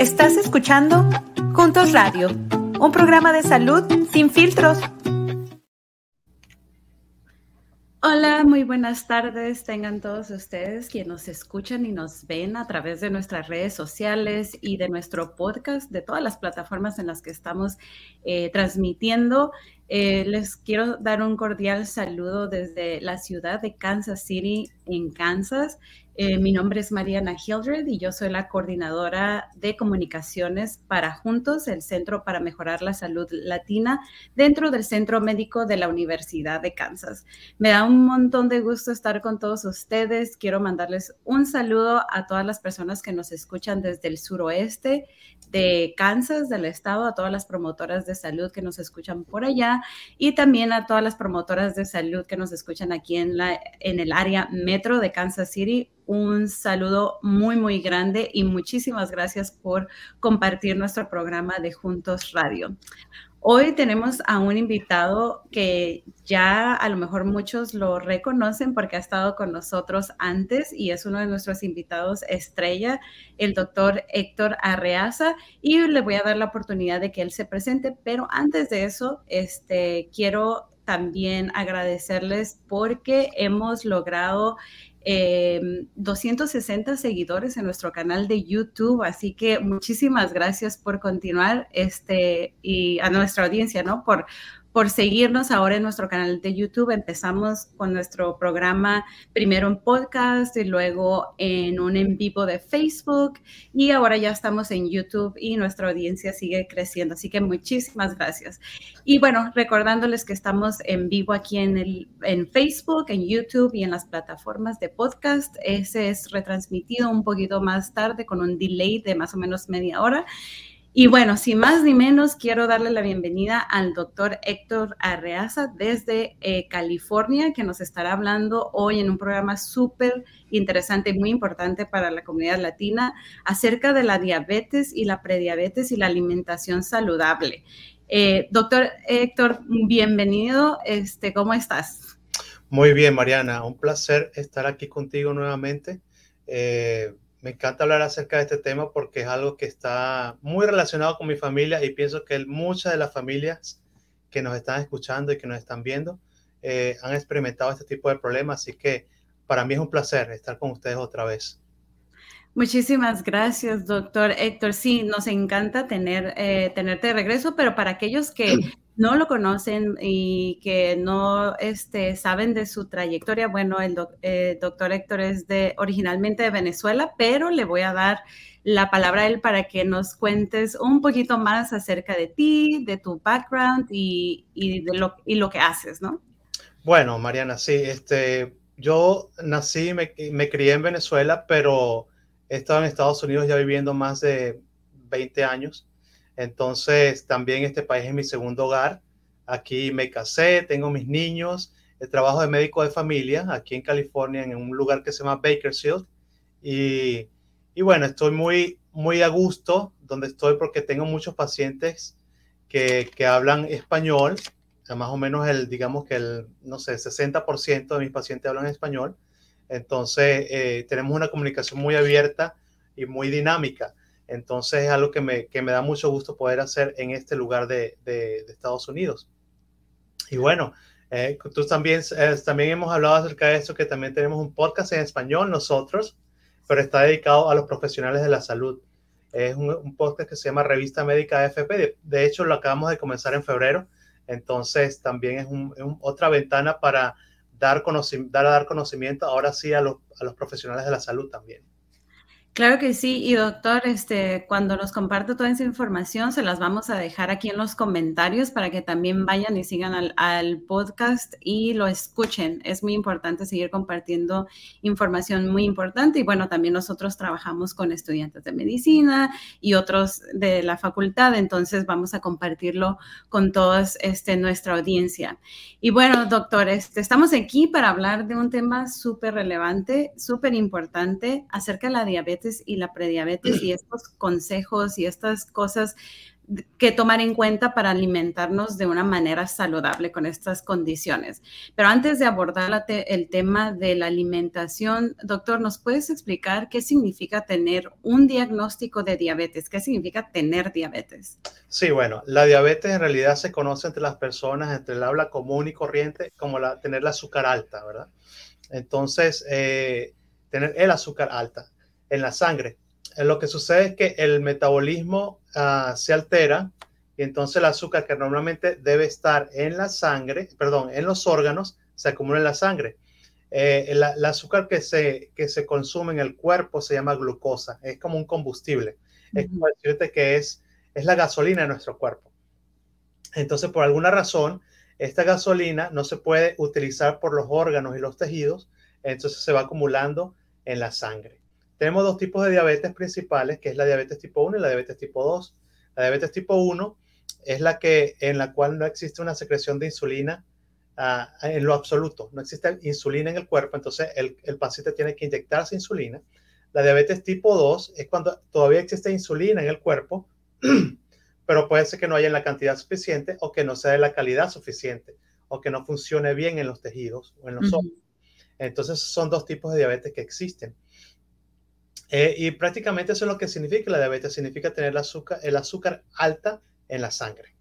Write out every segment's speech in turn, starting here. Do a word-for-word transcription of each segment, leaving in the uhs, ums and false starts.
Estás escuchando Juntos Radio, un programa de salud sin filtros. Hola, muy buenas tardes. Tengan todos ustedes quienes nos escuchan y nos ven a través de nuestras redes sociales y de nuestro podcast, de todas las plataformas en las que estamos eh, transmitiendo. Eh, les quiero dar un cordial saludo desde la ciudad de Kansas City, en Kansas. Eh, mi nombre es Mariana Hildred y yo soy la coordinadora de comunicaciones para Juntos, el Centro para Mejorar la Salud Latina, dentro del Centro Médico de la Universidad de Kansas. Me da un montón de gusto estar con todos ustedes. Quiero mandarles un saludo a todas las personas que nos escuchan desde el suroeste de Kansas, del estado, a todas las promotoras de salud que nos escuchan por allá y también a todas las promotoras de salud que nos escuchan aquí en, la, en el área metro de Kansas City. Un saludo muy, muy grande y muchísimas gracias por compartir nuestro programa de Juntos Radio. Hoy tenemos a un invitado que ya a lo mejor muchos lo reconocen porque ha estado con nosotros antes y es uno de nuestros invitados estrella, el doctor Héctor Arreaza, y le voy a dar la oportunidad de que él se presente, pero antes de eso, este, quiero también agradecerles porque hemos logrado Eh, doscientos sesenta seguidores en nuestro canal de YouTube, así que muchísimas gracias por continuar este, y a nuestra audiencia, ¿no? Por, por seguirnos ahora en nuestro canal de YouTube. Empezamos con nuestro programa primero en podcast y luego en un en vivo de Facebook y ahora ya estamos en YouTube y nuestra audiencia sigue creciendo, así que muchísimas gracias. Y bueno, recordándoles que estamos en vivo aquí en, el, en Facebook, en YouTube y en las plataformas de podcast. Ese es retransmitido un poquito más tarde con un delay de más o menos media hora. Y bueno, sin más ni menos, quiero darle la bienvenida al doctor Héctor Arreaza desde eh, California, que nos estará hablando hoy en un programa súper interesante y muy importante para la comunidad latina acerca de la diabetes y la prediabetes y la alimentación saludable. Eh, doctor Héctor, bienvenido. Este, ¿cómo estás? Muy bien, Mariana. Un placer estar aquí contigo nuevamente. Eh, Me encanta hablar acerca de este tema porque es algo que está muy relacionado con mi familia y pienso que muchas de las familias que nos están escuchando y que nos están viendo eh, han experimentado este tipo de problemas, así que para mí es un placer estar con ustedes otra vez. Muchísimas gracias, doctor Héctor. Sí, nos encanta tener, eh, tenerte de regreso, pero para aquellos que no lo conocen y que no este, saben de su trayectoria, bueno, el doc, eh, doctor Héctor es de, originalmente de Venezuela, pero le voy a dar la palabra a él para que nos cuentes un poquito más acerca de ti, de tu background y, y, de lo, y lo que haces, ¿no? Bueno, Mariana, sí, este, yo nací, me, me crié en Venezuela, pero he estado en Estados Unidos ya viviendo más de veinte años. Entonces, también este país es mi segundo hogar. Aquí me casé, tengo mis niños, trabajo de médico de familia aquí en California, en un lugar que se llama Bakersfield. Y, y bueno, estoy muy, muy a gusto donde estoy porque tengo muchos pacientes que, que hablan español. Más o menos el, digamos que el, no sé, sesenta por ciento de mis pacientes hablan español. Entonces, eh, tenemos una comunicación muy abierta y muy dinámica. Entonces, es algo que me, que me da mucho gusto poder hacer en este lugar de, de, de Estados Unidos. Y bueno, eh, tú también, eh, también hemos hablado acerca de esto, que también tenemos un podcast en español nosotros, pero está dedicado a los profesionales de la salud. Es un, un podcast que se llama Revista Médica F P. De, de hecho, lo acabamos de comenzar en febrero. Entonces, también es, un, es un, otra ventana para dar, conoci- dar a dar conocimiento ahora sí a los, a los profesionales de la salud también. Claro que sí, y doctor, este, cuando nos comparte toda esa información, se las vamos a dejar aquí en los comentarios para que también vayan y sigan al, al podcast y lo escuchen. Es muy importante seguir compartiendo información muy importante y bueno, también nosotros trabajamos con estudiantes de medicina y otros de la facultad, entonces vamos a compartirlo con toda este, nuestra audiencia. Y bueno, doctor, este, estamos aquí para hablar de un tema súper relevante, súper importante acerca de la diabetes y la prediabetes y estos consejos y estas cosas que tomar en cuenta para alimentarnos de una manera saludable con estas condiciones. Pero antes de abordar la te el tema de la alimentación, doctor, ¿nos puedes explicar qué significa tener un diagnóstico de diabetes? ¿Qué significa tener diabetes? Sí, bueno, la diabetes en realidad se conoce entre las personas, entre el habla común y corriente, como la, tener el azúcar alta, ¿verdad? Entonces, eh, tener el azúcar alta en la sangre. Eh, Lo que sucede es que el metabolismo uh, se altera y entonces el azúcar que normalmente debe estar en la sangre, perdón, en los órganos, se acumula en la sangre. Eh, el, el, azúcar que se, que se consume en el cuerpo se llama glucosa, es como un combustible. Uh-huh. Es como decirte que es, es la gasolina de nuestro cuerpo. Entonces, por alguna razón, esta gasolina no se puede utilizar por los órganos y los tejidos, entonces se va acumulando en la sangre. Tenemos dos tipos de diabetes principales, que es la diabetes tipo uno y la diabetes tipo dos. La diabetes tipo uno es la que, en la cual no existe una secreción de insulina uh, en lo absoluto. No existe insulina en el cuerpo, entonces el, el paciente tiene que inyectarse insulina. La diabetes tipo dos es cuando todavía existe insulina en el cuerpo, pero puede ser que no haya en la cantidad suficiente o que no sea de la calidad suficiente o que no funcione bien en los tejidos o en los órganos. Uh-huh. Entonces son dos tipos de diabetes que existen. Eh, y prácticamente eso es lo que significa la diabetes, significa tener el azúcar, el azúcar alta en la sangre.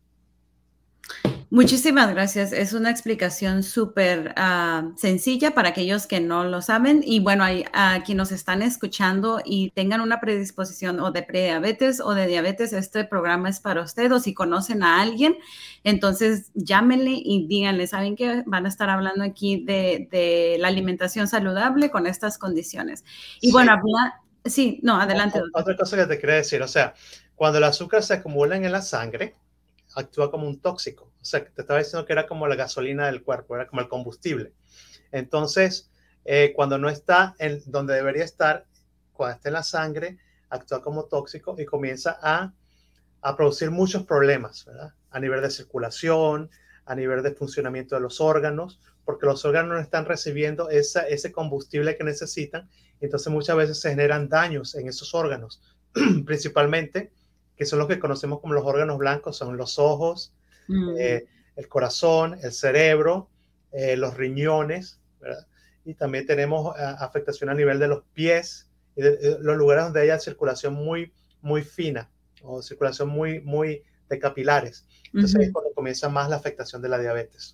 Muchísimas gracias. Es una explicación súper uh, sencilla para aquellos que no lo saben. Y bueno, hay uh, quienes nos están escuchando y tengan una predisposición o de prediabetes o de diabetes, este programa es para usted. O si conocen a alguien, entonces llámenle y díganle, ¿saben qué? Van a estar hablando aquí de, de la alimentación saludable con estas condiciones. Y sí. Bueno, habla... Sí, no, adelante. O, otra cosa que te quería decir, o sea, cuando el azúcar se acumula en la sangre, actúa como un tóxico. O sea, te estaba diciendo que era como la gasolina del cuerpo, era como el combustible. Entonces, eh, cuando no está en donde debería estar, cuando está en la sangre, actúa como tóxico y comienza a, a producir muchos problemas, ¿verdad? A nivel de circulación, a nivel de funcionamiento de los órganos, porque los órganos no están recibiendo esa, ese combustible que necesitan. Entonces, muchas veces se generan daños en esos órganos, principalmente que son los que conocemos como los órganos blancos, son los ojos, mm. eh, el corazón, el cerebro, eh, los riñones, ¿verdad? Y también tenemos uh, afectación a nivel de los pies, y de, de los lugares donde haya circulación muy, muy fina, o circulación muy, muy de capilares. Entonces uh-huh. es cuando comienza más la afectación de la diabetes.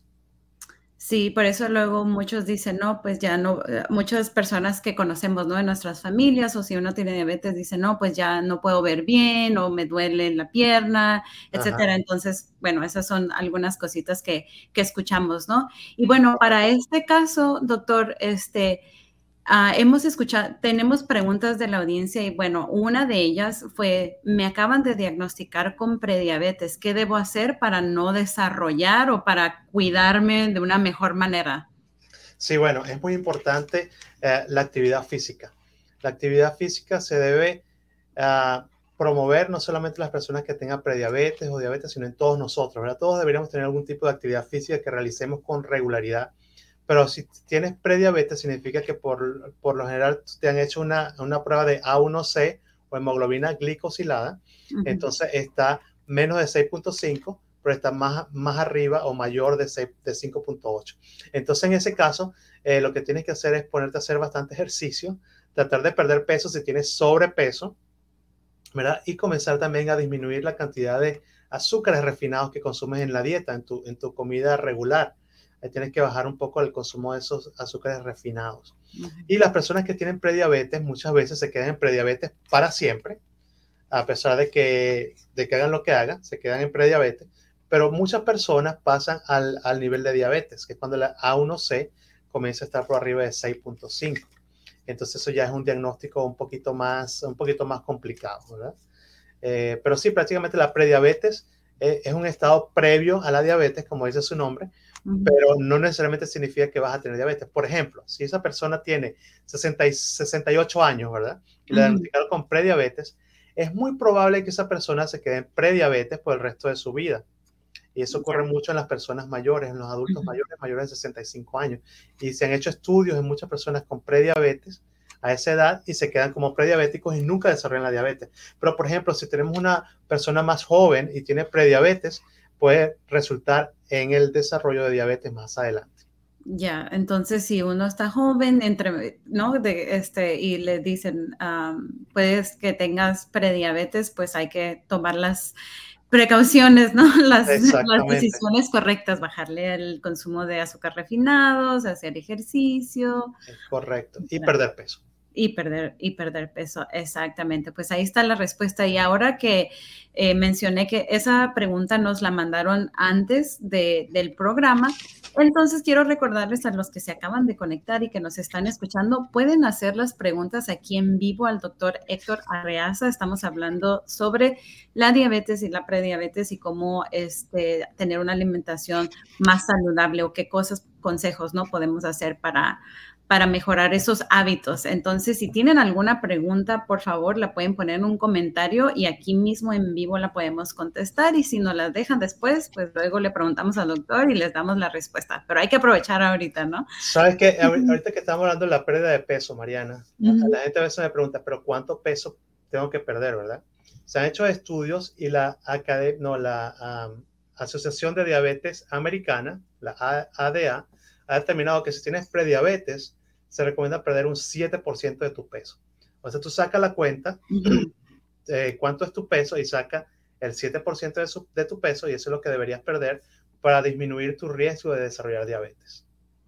Sí, por eso luego muchos dicen, no, pues ya no, muchas personas que conocemos, ¿no? En nuestras familias, o si uno tiene diabetes, dicen, no, pues ya no puedo ver bien, o me duele la pierna, etcétera. Ajá. Entonces, bueno, esas son algunas cositas que, que escuchamos, ¿no? Y bueno, para este caso, doctor, este... Uh, hemos escuchado, tenemos preguntas de la audiencia y bueno, una de ellas fue, me acaban de diagnosticar con prediabetes, ¿qué debo hacer para no desarrollar o para cuidarme de una mejor manera? Sí, bueno, es muy importante eh, la actividad física. La actividad física se debe uh, promover no solamente en las personas que tengan prediabetes o diabetes, sino en todos nosotros, ¿verdad? Todos deberíamos tener algún tipo de actividad física que realicemos con regularidad. Pero si tienes prediabetes, significa que por, por lo general te han hecho una, una prueba de A uno C o hemoglobina glicosilada. Uh-huh. Entonces está menos de seis punto cinco, pero está más, más arriba o mayor de, de cinco punto ocho. Entonces en ese caso, eh, lo que tienes que hacer es ponerte a hacer bastante ejercicio, tratar de perder peso si tienes sobrepeso, ¿verdad? Y comenzar también a disminuir la cantidad de azúcares refinados que consumes en la dieta, en tu, en tu comida regular. Ahí tienes que bajar un poco el consumo de esos azúcares refinados. Uh-huh. Y las personas que tienen prediabetes muchas veces se quedan en prediabetes para siempre, a pesar de que, de que hagan lo que hagan, se quedan en prediabetes, pero muchas personas pasan al, al nivel de diabetes, que es cuando la A uno C comienza a estar por arriba de seis punto cinco. Entonces eso ya es un diagnóstico un poquito más, un poquito más complicado, ¿verdad? Eh, pero sí, prácticamente la prediabetes eh, es un estado previo a la diabetes, como dice su nombre, pero no necesariamente significa que vas a tener diabetes. Por ejemplo, si esa persona tiene sesenta y, sesenta y ocho años, ¿verdad? Y le diagnosticaron con prediabetes, es muy probable que esa persona se quede en prediabetes por el resto de su vida. Y eso ocurre yeah. mucho en las personas mayores, en los adultos uh-huh. mayores, mayores de sesenta y cinco años. Y se han hecho estudios en muchas personas con prediabetes, a esa edad y se quedan como prediabéticos y nunca desarrollan la diabetes. Pero, por ejemplo, si tenemos una persona más joven y tiene prediabetes, puede resultar en el desarrollo de diabetes más adelante. Ya, entonces si uno está joven, entre, ¿no? De, este, y le dicen, um, puedes que tengas prediabetes, pues hay que tomar las precauciones, ¿no? Las, las Exactamente. decisiones correctas, bajarle el consumo de azúcar refinados, hacer ejercicio. Es correcto. Y perder peso. Y perder, y perder peso, exactamente. Pues ahí está la respuesta. Y ahora que eh, mencioné que esa pregunta nos la mandaron antes de, del programa, entonces quiero recordarles a los que se acaban de conectar y que nos están escuchando, pueden hacer las preguntas aquí en vivo al doctor Héctor Arreaza. Estamos hablando sobre la diabetes y la prediabetes y cómo este, tener una alimentación más saludable o qué cosas, consejos, ¿no? Podemos hacer para para mejorar esos hábitos. Entonces, si tienen alguna pregunta, por favor, la pueden poner en un comentario y aquí mismo en vivo la podemos contestar. Y si nos la dejan después, pues luego le preguntamos al doctor y les damos la respuesta. Pero hay que aprovechar ahorita, ¿no? ¿Sabes qué? Ahorita que estamos hablando de la pérdida de peso, Mariana, Uh-huh. la gente a veces me pregunta, ¿pero cuánto peso tengo que perder, verdad? Se han hecho estudios y la, academia, no, la um, Asociación de Diabetes Americana, la A D A, ha determinado que si tienes prediabetes, se recomienda perder un siete por ciento de tu peso. O sea, tú sacas la cuenta Uh-huh. de cuánto es tu peso y saca el siete por ciento de, su, de tu peso y eso es lo que deberías perder para disminuir tu riesgo de desarrollar diabetes.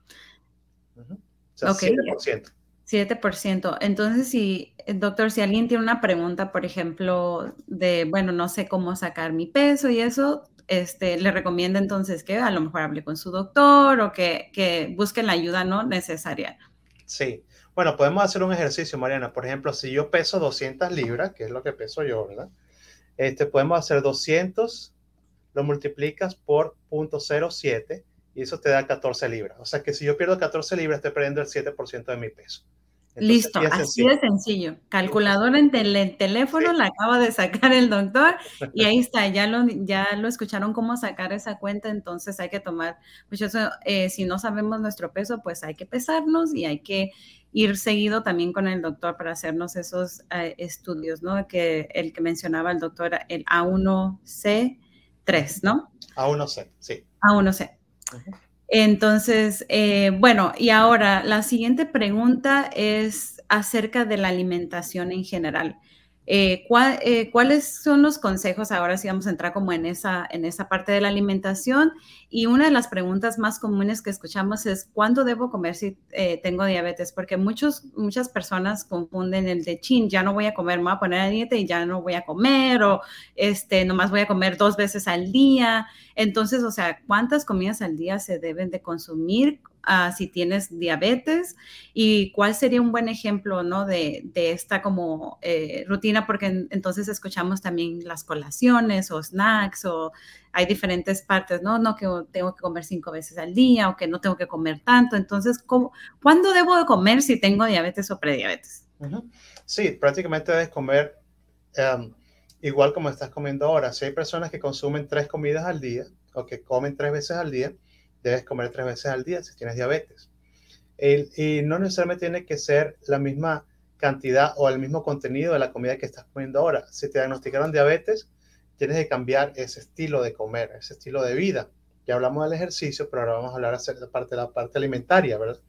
Uh-huh. O sea, Ok. siete por ciento. siete por ciento. Entonces, si, doctor, si alguien tiene una pregunta, por ejemplo, de, bueno, no sé cómo sacar mi peso y eso, este, le recomienda entonces que a lo mejor hable con su doctor o que, que busquen la ayuda no necesaria. Sí. Bueno, podemos hacer un ejercicio, Mariana. Por ejemplo, si yo peso doscientas libras, que es lo que peso yo, ¿verdad? Este, podemos hacer doscientos, lo multiplicas por cero punto cero siete y eso te da catorce libras. O sea que si yo pierdo catorce libras, estoy perdiendo el siete por ciento de mi peso. Entonces, Listo, bien así sencillo. de sencillo. Bien Calculadora en tel el teléfono, sencillo. la acaba de sacar el doctor y ahí está, ya lo, ya lo escucharon cómo sacar esa cuenta, entonces hay que tomar, pues eso, eh, si no sabemos nuestro peso, pues hay que pesarnos y hay que ir seguido también con el doctor para hacernos esos eh, estudios, ¿no? Que el que mencionaba el doctor, el A uno C tres, ¿no? A uno C, sí. A uno C. Uh-huh. Entonces, eh, bueno, y ahora la siguiente pregunta es acerca de la alimentación en general. Eh, ¿cuál, eh, ¿Cuáles son los consejos? Ahora sí vamos a entrar como en esa, en esa parte de la alimentación. Y una de las preguntas más comunes que escuchamos es, ¿cuándo debo comer si eh, tengo diabetes? Porque muchos, muchas personas confunden el de chin, ya no voy a comer, me voy a poner a dieta y ya no voy a comer, o este, nomás voy a comer dos veces al día. Entonces, o sea, ¿cuántas comidas al día se deben de consumir uh, si tienes diabetes? ¿Y cuál sería un buen ejemplo, ¿no? de, de esta como eh, rutina? Porque en, entonces escuchamos también las colaciones o snacks o hay diferentes partes, ¿no? No que tengo que comer cinco veces al día o que no tengo que comer tanto. Entonces, ¿cómo, ¿cuándo debo de comer si tengo diabetes o prediabetes? Uh-huh. Sí, prácticamente debes comer um, igual como estás comiendo ahora. Si hay personas que consumen tres comidas al día o que comen tres veces al día, debes comer tres veces al día si tienes diabetes. El, y no necesariamente tiene que ser la misma cantidad o el mismo contenido de la comida que estás comiendo ahora. Si te diagnosticaron diabetes, tienes que cambiar ese estilo de comer, ese estilo de vida. Ya hablamos del ejercicio, pero ahora vamos a hablar acerca de parte de la parte alimentaria, ¿verdad?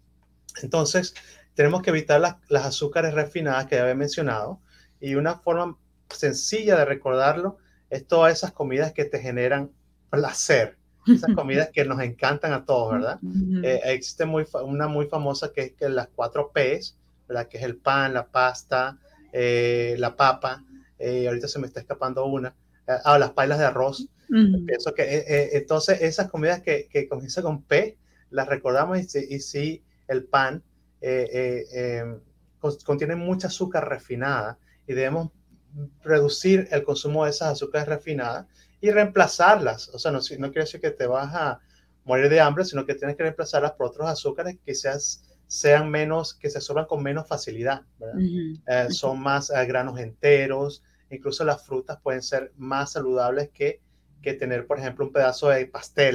Entonces, tenemos que evitar las, las azúcares refinadas que ya había mencionado y una forma sencilla de recordarlo es todas esas comidas que te generan placer, esas comidas que nos encantan a todos, ¿verdad? Uh-huh. Eh, existe muy, una muy famosa que es que las cuatro P's, ¿verdad? Que es el pan, la pasta, eh, la papa, eh, ahorita se me está escapando una, eh, ah, las pailas de arroz. Uh-huh. Pienso que eh, eh, entonces esas comidas que, que comienzan con P, las recordamos y, y sí, el pan eh, eh, eh, contiene mucha azúcar refinada y debemos reducir el consumo de esas azúcares refinadas y reemplazarlas. O sea, no, no quiere decir que te vas a morir de hambre, sino que tienes que reemplazarlas por otros azúcares que seas, sean menos, que se absorban con menos facilidad, ¿verdad? Uh-huh. Eh, son más eh, granos enteros, incluso las frutas pueden ser más saludables que, que tener, por ejemplo, un pedazo de pastel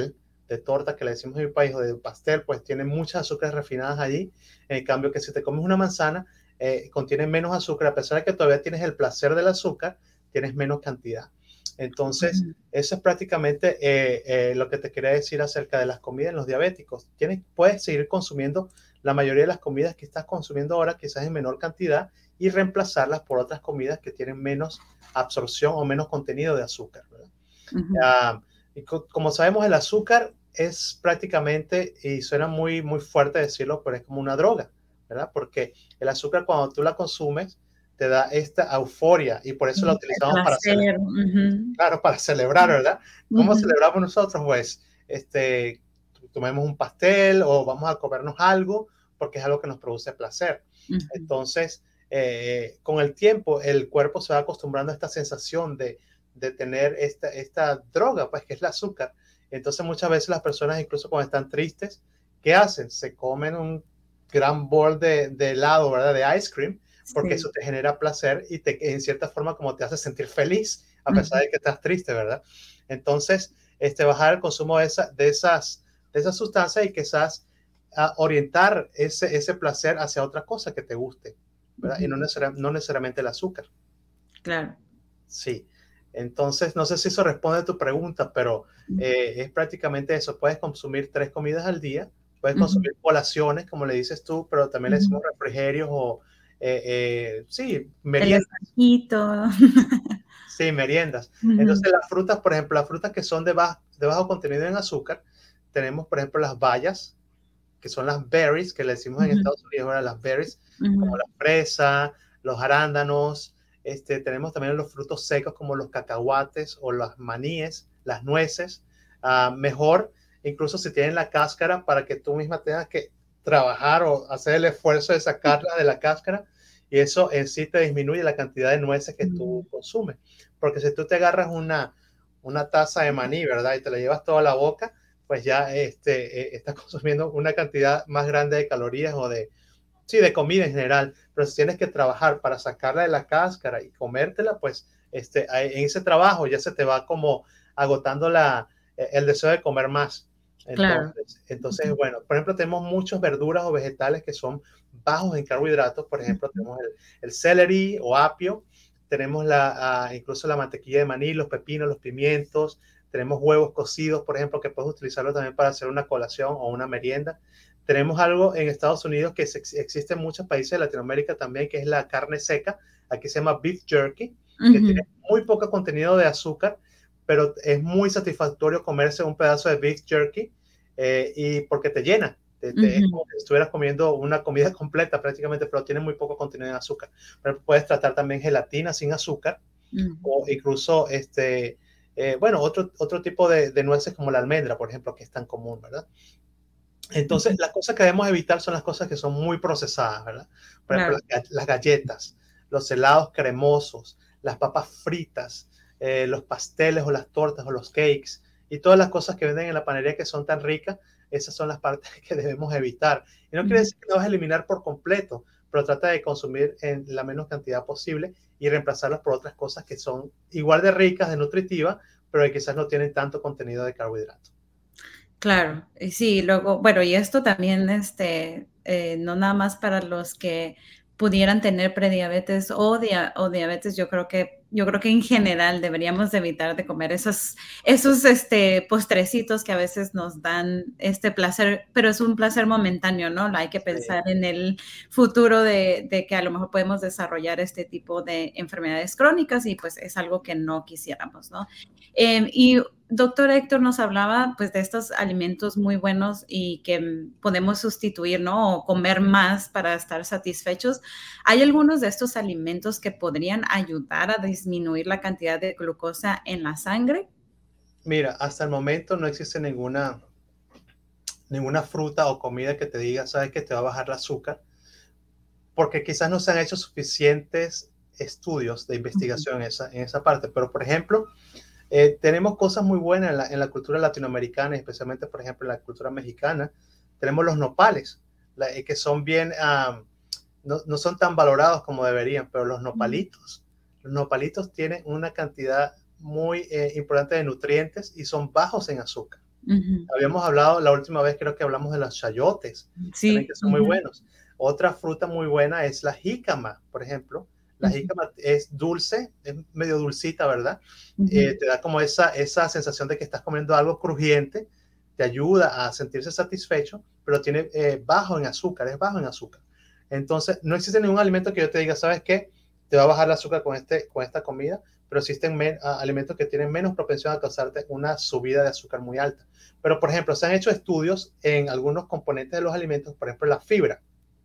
de torta que le decimos en mi país o de pastel, pues tiene muchas azúcares refinadas allí. En cambio que si te comes una manzana, eh, contiene menos azúcar, a pesar de que todavía tienes el placer del azúcar, tienes menos cantidad. Entonces, Ujú. eso es prácticamente eh, eh, lo que te quería decir acerca de las comidas en los diabéticos. Tienes, puedes seguir consumiendo la mayoría de las comidas que estás consumiendo ahora, quizás en menor cantidad, y reemplazarlas por otras comidas que tienen menos absorción o menos contenido de azúcar, ¿verdad? Ujú. Uh, y co como sabemos, el azúcar es prácticamente, y suena muy, muy fuerte decirlo, pero es como una droga, ¿verdad? Porque el azúcar, cuando tú la consumes, te da esta euforia y por eso la Sí, el utilizamos para celebrar. placer. Ujú. Claro, para celebrar, ¿verdad? ¿Cómo Ujú. celebramos nosotros? Pues, este, tomemos un pastel o vamos a comernos algo porque es algo que nos produce placer. Ujú. Entonces, eh, con el tiempo, el cuerpo se va acostumbrando a esta sensación de, de tener esta, esta droga, pues, que es el azúcar. Entonces, muchas veces las personas, incluso cuando están tristes, ¿qué hacen? Se comen un gran bol de, de helado, ¿verdad? De ice cream, porque Sí. eso te genera placer y te, en cierta forma, como te hace sentir feliz a pesar Ujú. de que estás triste, ¿verdad? Entonces, este, bajar el consumo de, esa, de, esas, de esas sustancias y quizás uh, orientar ese, ese placer hacia otra cosa que te guste, ¿verdad? Y no, Ujú. necesar, no necesariamente el azúcar. Claro. Sí. Entonces, no sé si eso responde a tu pregunta, pero eh, es prácticamente eso. Puedes consumir tres comidas al día, puedes Ujú. consumir colaciones, como le dices tú, pero también le Ujú. decimos refrigerios o, eh, eh, sí, El meriendas. desayito. Sí, meriendas. Ujú. Entonces, las frutas, por ejemplo, las frutas que son de bajo, de bajo contenido en azúcar, tenemos, por ejemplo, las bayas, que son las berries, que le decimos en Ujú. Estados Unidos, ahora las berries, como Ujú. la fresa, los arándanos. Este, tenemos también los frutos secos como los cacahuates o las maníes, las nueces. Uh, mejor, incluso si tienen la cáscara, para que tú misma tengas que trabajar o hacer el esfuerzo de sacarla de la cáscara, y eso en sí te disminuye la cantidad de nueces que tú Ujú. consumes. Porque si tú te agarras una, una taza de maní, ¿verdad? Y te la llevas toda la boca, pues ya este, eh, estás consumiendo una cantidad más grande de calorías o de, sí, de comida en general. Pero si tienes que trabajar para sacarla de la cáscara y comértela, pues este, en ese trabajo ya se te va como agotando la, el deseo de comer más. Claro. Entonces, entonces, bueno, por ejemplo, tenemos muchas verduras o vegetales que son bajos en carbohidratos. Por ejemplo, Ujú. tenemos el, el celery o apio, tenemos la, uh, incluso la mantequilla de maní, los pepinos, los pimientos, tenemos huevos cocidos, por ejemplo, que puedes utilizarlo también para hacer una colación o una merienda. Tenemos algo en Estados Unidos que se, existe en muchos países de Latinoamérica también, que es la carne seca. Aquí se llama beef jerky, que tiene Ujú. muy poco contenido de azúcar, pero es muy satisfactorio comerse un pedazo de beef jerky eh, y porque te llena. Te, te, es Ujú. como si estuvieras comiendo una comida completa prácticamente, pero tiene muy poco contenido de azúcar. Pero puedes tratar también gelatina sin azúcar Ujú. o incluso, este, eh, bueno, otro, otro tipo de, de nueces como la almendra, por ejemplo, que es tan común, ¿verdad? Entonces, Ujú. las cosas que debemos evitar son las cosas que son muy procesadas, ¿verdad? Por ejemplo, Claro. las, las galletas, los helados cremosos, las papas fritas, eh, los pasteles o las tortas o los cakes y todas las cosas que venden en la panadería que son tan ricas, esas son las partes que debemos evitar. Y no quiere Ujú. decir que las vas a eliminar por completo, pero trata de consumir en la menos cantidad posible y reemplazarlas por otras cosas que son igual de ricas, de nutritivas, pero que quizás no tienen tanto contenido de carbohidratos. Claro, y sí, luego, bueno, y esto también, este, eh, no nada más para los que pudieran tener prediabetes o dia o diabetes, yo creo que yo creo que en general deberíamos de evitar de comer esos esos, este, postrecitos que a veces nos dan este placer, pero es un placer momentáneo, ¿no? Hay que Sí. pensar en el futuro de de que a lo mejor podemos desarrollar este tipo de enfermedades crónicas y, pues, es algo que no quisiéramos, ¿no? Em, y doctor Héctor nos hablaba, pues, de estos alimentos muy buenos y que mm, podemos sustituir, ¿no? O comer más para estar satisfechos. ¿Hay algunos de estos alimentos que podrían ayudar a disminuir la cantidad de glucosa en la sangre? Mira, hasta el momento no existe ninguna, ninguna fruta o comida que te diga, sabes que te va a bajar el azúcar, porque quizás no se han hecho suficientes estudios de Ujú. investigación en esa, en esa parte. Pero, por ejemplo, eh, tenemos cosas muy buenas en la, en la cultura latinoamericana, especialmente, por ejemplo, en la cultura mexicana. Tenemos los nopales, la, eh, que son bien, um, no, no son tan valorados como deberían, pero los Mm. nopalitos, los nopalitos tienen una cantidad muy eh, importante de nutrientes y son bajos en azúcar. Ujú. Habíamos hablado, la última vez creo que hablamos de los chayotes, también Sí. que son muy Ujú, buenos. Otra fruta muy buena es la jícama, por ejemplo. La ujú, jícama es dulce, es medio dulcita, ¿verdad? ujú, Eh, te da como esa, esa sensación de que estás comiendo algo crujiente, te ayuda a sentirse satisfecho, pero tiene eh, bajo en azúcar, es bajo en azúcar. Entonces, no existe ningún alimento que yo te diga, ¿sabes qué? Te va a bajar el azúcar con, este, con esta comida, pero existen men, a, alimentos que tienen menos propensión a causarte una subida de azúcar muy alta. Pero, por ejemplo, se han hecho estudios en algunos componentes de los alimentos, por ejemplo, la fibra.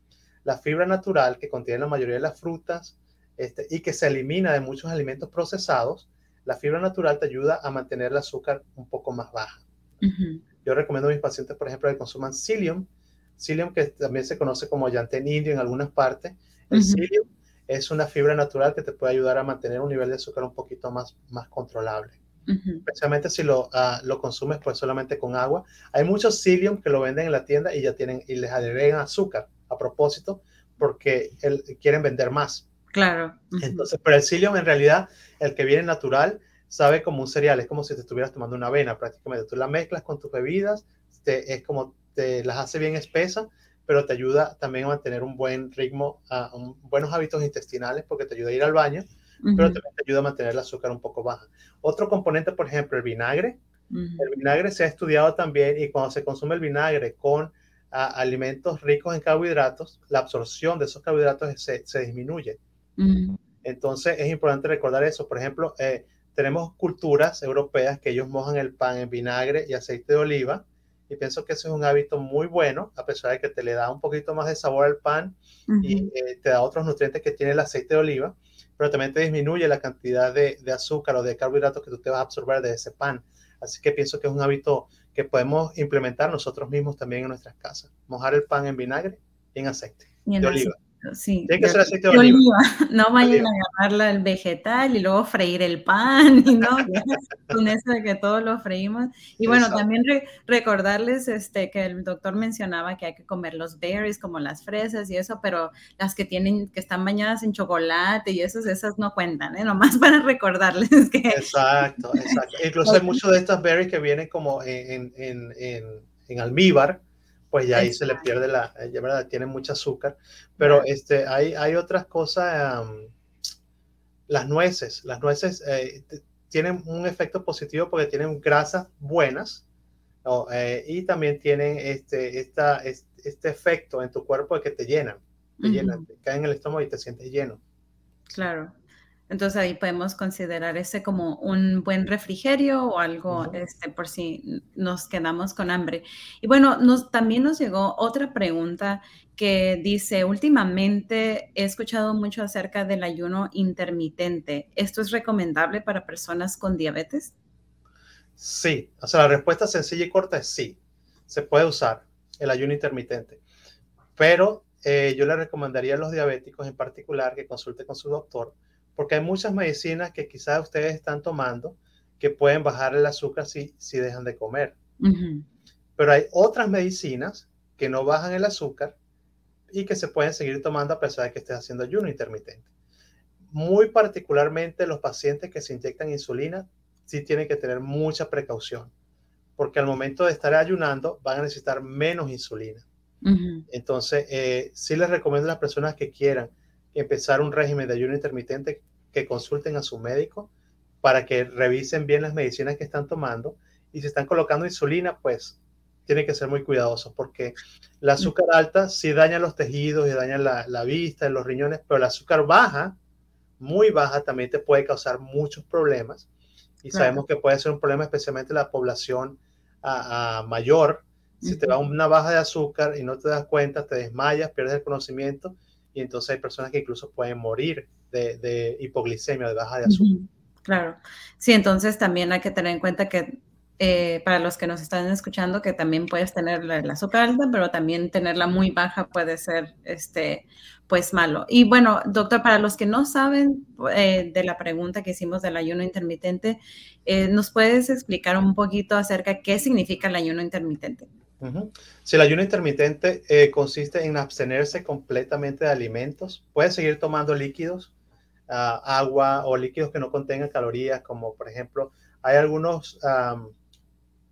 La fibra natural que contiene la mayoría de las frutas este, y que se elimina de muchos alimentos procesados, la fibra natural te ayuda a mantener el azúcar un poco más baja. ujú, Yo recomiendo a mis pacientes, por ejemplo, que consuman psyllium, psyllium que también se conoce como llantén indio en algunas partes. El ujú. psyllium es una fibra natural que te puede ayudar a mantener un nivel de azúcar un poquito más, más controlable, Ujú. especialmente si lo, uh, lo consumes pues solamente con agua. Hay muchos psyllium que lo venden en la tienda y ya tienen y les agregan azúcar a propósito porque el, quieren vender más. Claro. Ujú, Entonces, pero el psyllium en realidad, el que viene natural, sabe como un cereal, es como si te estuvieras tomando una avena prácticamente. Tú la mezclas con tus bebidas, te, es como te las hace bien espesas, pero te ayuda también a mantener un buen ritmo, uh, un, buenos hábitos intestinales porque te ayuda a ir al baño, pero ujú, también te ayuda a mantener el azúcar un poco baja. Otro componente, por ejemplo, el vinagre. ujú, El vinagre se ha estudiado también y cuando se consume el vinagre con uh, alimentos ricos en carbohidratos, la absorción de esos carbohidratos se, se disminuye. ujú. Entonces es importante recordar eso. Por ejemplo, eh, tenemos culturas europeas que ellos mojan el pan en vinagre y aceite de oliva y pienso que eso es un hábito muy bueno, a pesar de que te le da un poquito más de sabor al pan y Ujú. eh, te da otros nutrientes que tiene el aceite de oliva, pero también te disminuye la cantidad de, de azúcar o de carbohidratos que tú te vas a absorber de ese pan. Así que pienso que es un hábito que podemos implementar nosotros mismos también en nuestras casas. Mojar el pan en vinagre y en aceite Y en de oliva. aceite, sí, Tiene que de, ser aceite de de oliva. oliva. No De vayan oliva. a agarrarla el vegetal y luego freír el pan, y no, con eso de que todos lo freímos. Y bueno, Exacto. también re- recordarles este, que el doctor mencionaba que hay que comer los berries como las fresas y eso, pero las que tienen, que están bañadas en chocolate y esas, esas no cuentan, ¿eh? Nomás para recordarles que... Exacto, exacto. Incluso hay muchos de estas berries que vienen como en, en, en, en almíbar, pues ya ahí se le pierde la, ya verdad, tienen mucho azúcar. Pero Claro. este, hay, hay otras cosas, um, las nueces, las nueces eh, tienen un efecto positivo porque tienen grasas buenas, ¿no? Eh, y también tienen este, esta, este, este efecto en tu cuerpo de que te llenan, te llenan, Ujú. te caen en el estómago y te sientes lleno. Sí. Claro. Entonces ahí podemos considerar ese como un buen refrigerio o algo, Uh-huh. este, por si nos quedamos con hambre. Y bueno, nos, también nos llegó otra pregunta que dice, últimamente he escuchado mucho acerca del ayuno intermitente. ¿Esto es recomendable para personas con diabetes? Sí, o sea, la respuesta sencilla y corta es sí. Se puede usar el ayuno intermitente, pero eh, yo le recomendaría a los diabéticos en particular que consulte con su doctor, porque hay muchas medicinas que quizás ustedes están tomando que pueden bajar el azúcar si, si dejan de comer. Ujú, Pero hay otras medicinas que no bajan el azúcar y que se pueden seguir tomando a pesar de que estés haciendo ayuno intermitente. Muy particularmente los pacientes que se inyectan insulina sí tienen que tener mucha precaución porque al momento de estar ayunando van a necesitar menos insulina. ujú, Entonces, eh, sí les recomiendo a las personas que quieran empezar un régimen de ayuno intermitente que consulten a su médico para que revisen bien las medicinas que están tomando y si están colocando insulina, pues tienen que ser muy cuidadosos porque el ujú. azúcar alta sí daña los tejidos y daña la, la vista y los riñones, pero el azúcar baja, muy baja, también te puede causar muchos problemas y Claro. sabemos que puede ser un problema especialmente en la población a, a mayor. Si te Ujú, va una baja de azúcar y no te das cuenta, te desmayas, pierdes el conocimiento y entonces hay personas que incluso pueden morir de, de hipoglicemia, de baja de azúcar. ujú. Claro. Sí, entonces también hay que tener en cuenta que eh, para los que nos están escuchando, que también puedes tener la, la azúcar alta, pero también tenerla muy baja puede ser, este, pues malo. Y bueno, doctor, para los que no saben eh, de la pregunta que hicimos del ayuno intermitente, eh, ¿nos puedes explicar un poquito acerca de qué significa el ayuno intermitente? Uh -huh. Si el ayuno intermitente eh, consiste en abstenerse completamente de alimentos, puedes seguir tomando líquidos, uh, agua o líquidos que no contengan calorías, como por ejemplo, hay algunos um,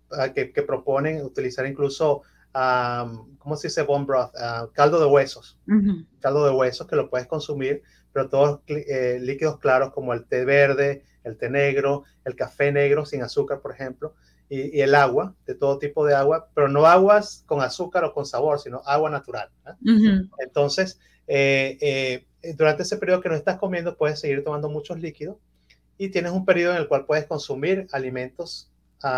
uh, que, que proponen utilizar incluso, um, ¿cómo se dice? Bone broth, uh, caldo de huesos. Uh-huh. Caldo de huesos que lo puedes consumir, pero todos eh, líquidos claros como el té verde, el té negro, el café negro sin azúcar, por ejemplo, y, y el agua, de todo tipo de agua, pero no aguas con azúcar o con sabor, sino agua natural, ¿eh? Uh-huh. Entonces, eh, eh, durante ese periodo que no estás comiendo, puedes seguir tomando muchos líquidos y tienes un periodo en el cual puedes consumir alimentos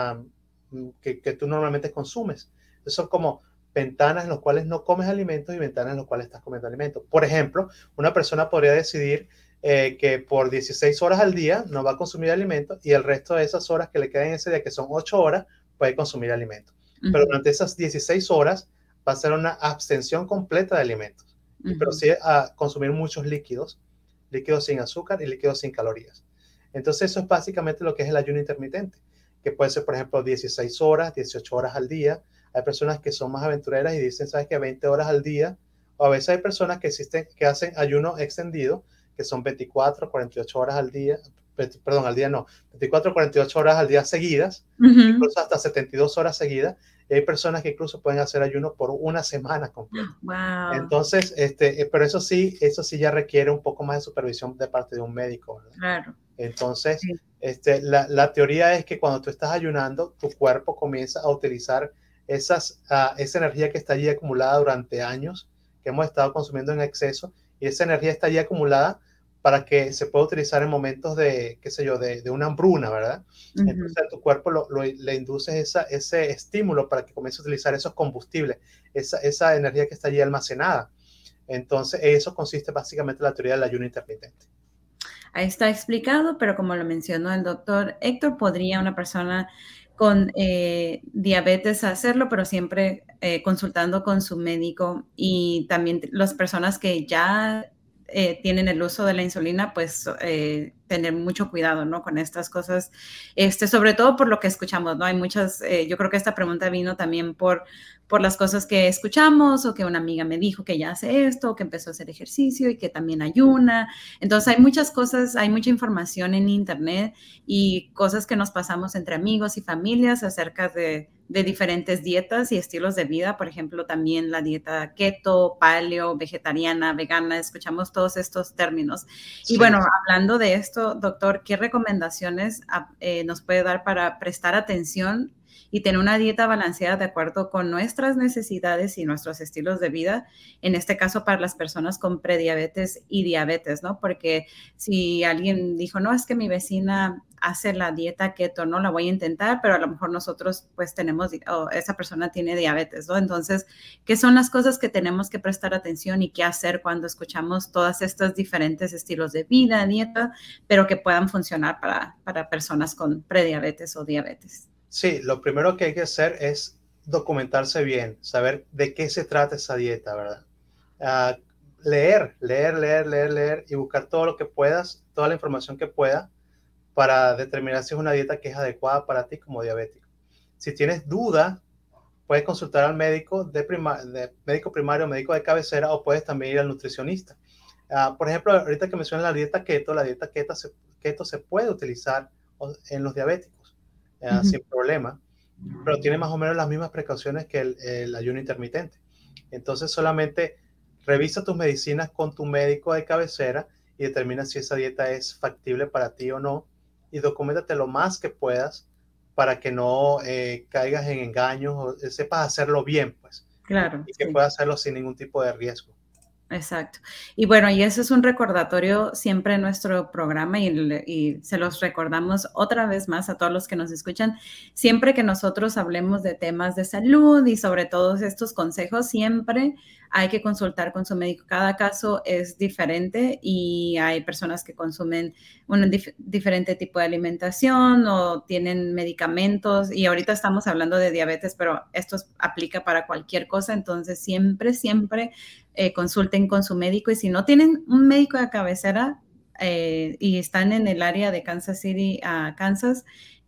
um, que, que tú normalmente consumes. Entonces, son como ventanas en las cuales no comes alimentos y ventanas en las cuales estás comiendo alimentos. Por ejemplo, una persona podría decidir eh, que por dieciséis horas al día no va a consumir alimentos y el resto de esas horas que le quedan en ese día, que son ocho horas, puede consumir alimentos. Uh-huh. Pero durante esas dieciséis horas va a ser una abstención completa de alimentos. Uh-huh. Pero sí a consumir muchos líquidos, líquidos sin azúcar y líquidos sin calorías. Entonces eso es básicamente lo que es el ayuno intermitente, que puede ser, por ejemplo, dieciséis horas, dieciocho horas al día. Hay personas que son más aventureras y dicen, ¿sabes qué? veinte horas al día. O a veces hay personas que, existen, que hacen ayuno extendido, que son veinticuatro, cuarenta y ocho horas al día. Perdón, al día no. veinticuatro, cuarenta y ocho horas al día seguidas, uh-huh. Incluso hasta setenta y dos horas seguidas. Y hay personas que incluso pueden hacer ayuno por una semana completa. Wow. Entonces, este, pero eso sí, eso sí ya requiere un poco más de supervisión de parte de un médico, ¿verdad? Claro. Entonces, sí. este, la, la teoría es que cuando tú estás ayunando, tu cuerpo comienza a utilizar esas, uh, esa energía que está allí acumulada durante años, que hemos estado consumiendo en exceso, y esa energía está allí acumulada para que se pueda utilizar en momentos de, qué sé yo, de, de una hambruna, ¿verdad? Uh-huh. Entonces a tu cuerpo lo, lo, le induces esa, ese estímulo para que comience a utilizar esos combustibles, esa, esa energía que está allí almacenada. Entonces eso consiste básicamente en la teoría del ayuno intermitente. Ahí está explicado, pero como lo mencionó el doctor Héctor, podría una persona con eh, diabetes hacerlo, pero siempre eh, consultando con su médico, y también las personas que ya eh, tienen el uso de la insulina, pues eh, tener mucho cuidado, ¿no? Con estas cosas, este, sobre todo por lo que escuchamos, ¿no? Hay muchas, eh, yo creo que esta pregunta vino también por, por las cosas que escuchamos, o que una amiga me dijo que ya hace esto, que empezó a hacer ejercicio y que también ayuna. Entonces hay muchas cosas, hay mucha información en internet y cosas que nos pasamos entre amigos y familias acerca de, de diferentes dietas y estilos de vida. Por ejemplo, también la dieta keto, paleo, vegetariana, vegana, escuchamos todos estos términos. Sí. Y bueno, hablando de esto, doctor, ¿qué recomendaciones eh, nos puede dar para prestar atención y tener una dieta balanceada de acuerdo con nuestras necesidades y nuestros estilos de vida? En este caso, para las personas con prediabetes y diabetes, ¿no? Porque si alguien dijo, no, es que mi vecina hace la dieta keto, no la voy a intentar, pero a lo mejor nosotros pues tenemos, o esa persona tiene diabetes, ¿no? Entonces, ¿qué son las cosas que tenemos que prestar atención y qué hacer cuando escuchamos todas estas diferentes estilos de vida, dieta, pero que puedan funcionar para, para personas con prediabetes o diabetes? Sí, lo primero que hay que hacer es documentarse bien, saber de qué se trata esa dieta, ¿verdad? Uh, leer, leer, leer, leer, leer y buscar todo lo que puedas, toda la información que puedas, para determinar si es una dieta que es adecuada para ti como diabético. Si tienes duda, puedes consultar al médico, de prima, de médico primario, médico de cabecera, o puedes también ir al nutricionista. Uh, por ejemplo, ahorita que mencionas la dieta keto, la dieta keto se, keto se puede utilizar en los diabéticos, uh, uh-huh. sin problema, pero tiene más o menos las mismas precauciones que el, el ayuno intermitente. Entonces solamente revisa tus medicinas con tu médico de cabecera y determina si esa dieta es factible para ti o no, y documéntate lo más que puedas para que no eh, caigas en engaños, o sepas hacerlo bien, pues. Claro. Y que sí. puedas hacerlo sin ningún tipo de riesgo. Exacto. Y bueno, y eso es un recordatorio siempre en nuestro programa, y, y se los recordamos otra vez más a todos los que nos escuchan. Siempre que nosotros hablemos de temas de salud y sobre todos estos consejos, siempre hay que consultar con su médico. Cada caso es diferente y hay personas que consumen un dif- diferente tipo de alimentación o tienen medicamentos, y ahorita estamos hablando de diabetes, pero esto aplica para cualquier cosa. Entonces siempre, siempre eh, consulten con su médico, y si no tienen un médico de cabecera eh, y están en el área de Kansas City, uh, Kansas,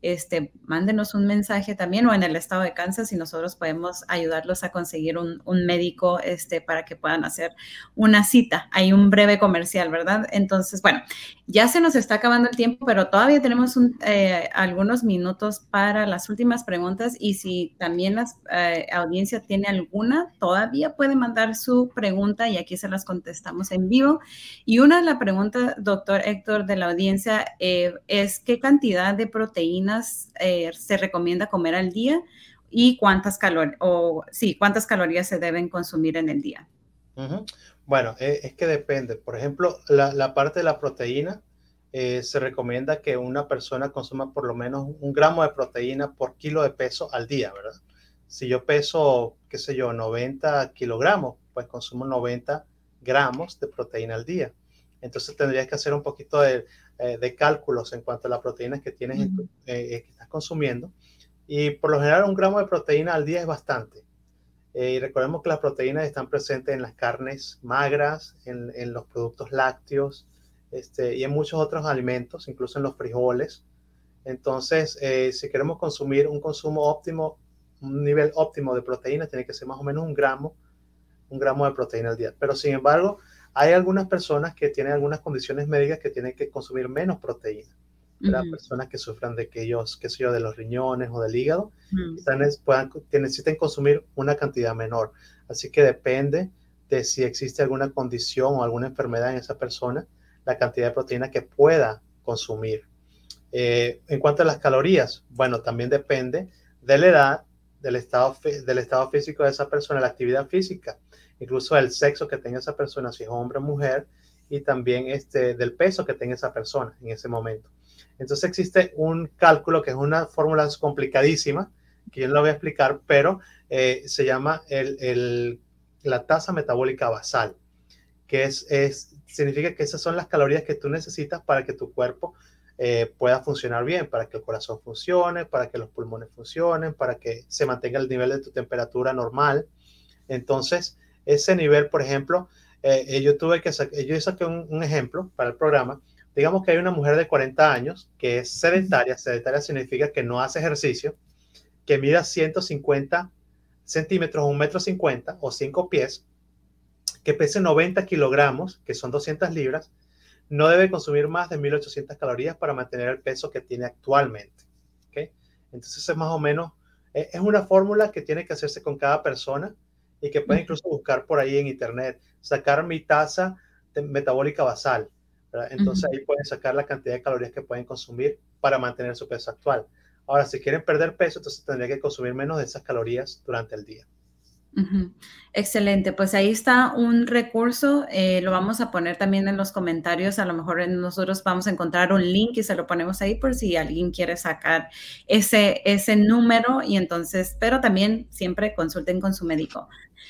este, mándenos un mensaje también o en el estado de Kansas y nosotros podemos ayudarlos a conseguir un, un médico este, para que puedan hacer una cita. Hay un breve comercial, ¿verdad? Entonces, bueno, ya se nos está acabando el tiempo, pero todavía tenemos un, eh, algunos minutos para las últimas preguntas y si también la eh, audiencia tiene alguna, todavía puede mandar su pregunta y aquí se las contestamos en vivo. Y una de las preguntas, doctor Héctor, de la audiencia eh, es ¿qué cantidad de proteínas eh, se recomienda comer al día y cuántas calorías, o sí, cuántas calorías se deben consumir en el día? Uh-huh. Bueno, eh, es que depende. Por ejemplo, la, la parte de la proteína, eh, se recomienda que una persona consuma por lo menos un gramo de proteína por kilo de peso al día, ¿verdad? Si yo peso, qué sé yo, noventa kilogramos, pues consumo noventa gramos de proteína al día. Entonces tendrías que hacer un poquito de, eh, de cálculos en cuanto a las proteínas que tienes, en tu, eh, que estás consumiendo. Y por lo general un gramo de proteína al día es bastante. Eh, y recordemos que las proteínas están presentes en las carnes magras, en, en los productos lácteos, este, y en muchos otros alimentos, incluso en los frijoles. Entonces, eh, si queremos consumir un consumo óptimo, un nivel óptimo de proteína, tiene que ser más o menos un gramo, un gramo de proteína al día. Pero sin embargo, hay algunas personas que tienen algunas condiciones médicas que tienen que consumir menos proteína. ¿Verdad? Uh-huh. Personas que sufran de aquellos, qué sé yo, de los riñones o del hígado, uh-huh. quizás puedan, que necesiten consumir una cantidad menor. Así que depende de si existe alguna condición o alguna enfermedad en esa persona, la cantidad de proteína que pueda consumir. Eh, en cuanto a las calorías, bueno, también depende de la edad, del estado, del estado físico de esa persona, la actividad física, incluso el sexo que tenga esa persona, si es hombre o mujer, y también este, del peso que tenga esa persona en ese momento. Entonces existe un cálculo que es una fórmula complicadísima, que yo no la voy a explicar, pero eh, se llama el, el, la tasa metabólica basal, que es, es, significa que esas son las calorías que tú necesitas para que tu cuerpo eh, pueda funcionar bien, para que el corazón funcione, para que los pulmones funcionen, para que se mantenga el nivel de tu temperatura normal. Entonces, ese nivel, por ejemplo, eh, yo tuve que sacar, yo saqué un, un ejemplo para el programa. Digamos que hay una mujer de cuarenta años que es sedentaria. Sedentaria significa que no hace ejercicio, que mida ciento cincuenta centímetros, un metro cincuenta o cinco pies, que pese noventa kilogramos, que son doscientas libras, no debe consumir más de mil ochocientas calorías para mantener el peso que tiene actualmente. ¿Okay? Entonces es más o menos, es una fórmula que tiene que hacerse con cada persona y que pueden incluso buscar por ahí en internet, sacar mi tasa metabólica basal, ¿verdad? Entonces ahí pueden sacar la cantidad de calorías que pueden consumir para mantener su peso actual. Ahora, si quieren perder peso, entonces tendrían que consumir menos de esas calorías durante el día. Uh-huh. Excelente, pues ahí está un recurso, eh, lo vamos a poner también en los comentarios, a lo mejor nosotros vamos a encontrar un link y se lo ponemos ahí por si alguien quiere sacar ese, ese número y entonces, pero también siempre consulten con su médico.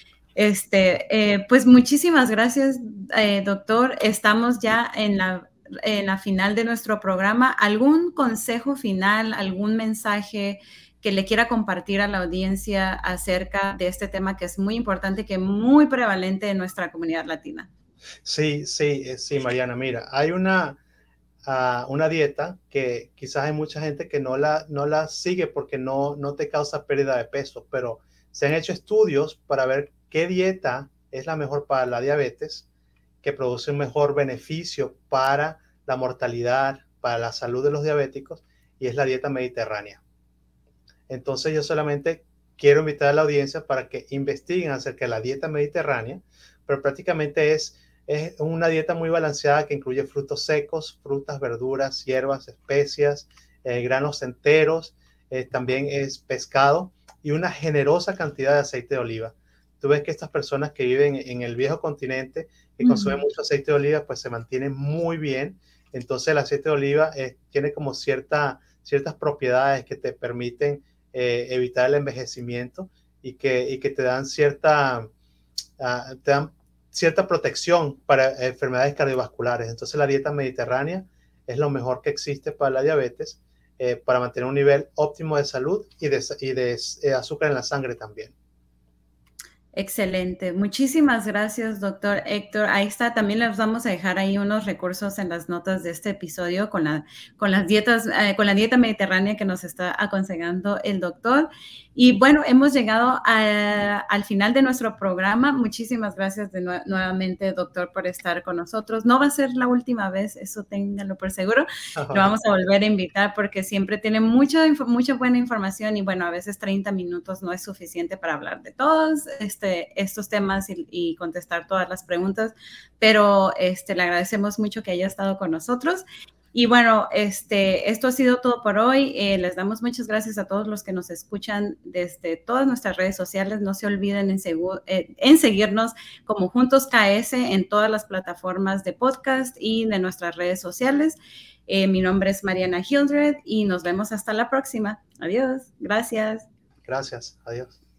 Este, eh, pues muchísimas gracias, eh, doctor, estamos ya en la, en la final de nuestro programa. ¿Algún consejo final, algún mensaje que le quiera compartir a la audiencia acerca de este tema que es muy importante, que es muy prevalente en nuestra comunidad latina? Sí, sí, sí, Mariana, mira, hay una, uh, una dieta que quizás hay mucha gente que no la, no la sigue porque no, no te causa pérdida de peso, pero se han hecho estudios para ver qué dieta es la mejor para la diabetes, que produce un mejor beneficio para la mortalidad, para la salud de los diabéticos, y es la dieta mediterránea. Entonces yo solamente quiero invitar a la audiencia para que investiguen acerca de la dieta mediterránea, pero prácticamente es, es una dieta muy balanceada que incluye frutos secos, frutas, verduras, hierbas, especias, eh, granos enteros, eh, también es pescado y una generosa cantidad de aceite de oliva. Tú ves que estas personas que viven en el viejo continente, que consumen uh-huh. mucho aceite de oliva, pues se mantienen muy bien. Entonces el aceite de oliva eh, tiene como cierta, ciertas propiedades que te permiten Eh, evitar el envejecimiento y que, y que te dan cierta, uh, te dan cierta protección para enfermedades cardiovasculares. Entonces la dieta mediterránea es lo mejor que existe para la diabetes, eh, para mantener un nivel óptimo de salud y de, y de eh, azúcar en la sangre también. Excelente. Muchísimas gracias, doctor Héctor. Ahí está. También les vamos a dejar ahí unos recursos en las notas de este episodio con, la, con las dietas, eh, con la dieta mediterránea que nos está aconsejando el doctor. Y bueno, hemos llegado a, al final de nuestro programa. Muchísimas gracias de nu nuevamente, doctor, por estar con nosotros. No va a ser la última vez, eso ténganlo por seguro. Lo vamos a volver a invitar porque siempre tiene mucha, mucha buena información y bueno, a veces treinta minutos no es suficiente para hablar de todos este, estos temas y, y contestar todas las preguntas, pero este, le agradecemos mucho que haya estado con nosotros. Y bueno, este, esto ha sido todo por hoy. Eh, les damos muchas gracias a todos los que nos escuchan desde todas nuestras redes sociales. No se olviden en, eh, en seguirnos como Juntos K S en todas las plataformas de podcast y de nuestras redes sociales. Eh, mi nombre es Mariana Hildred y nos vemos hasta la próxima. Adiós. Gracias. Gracias. Adiós.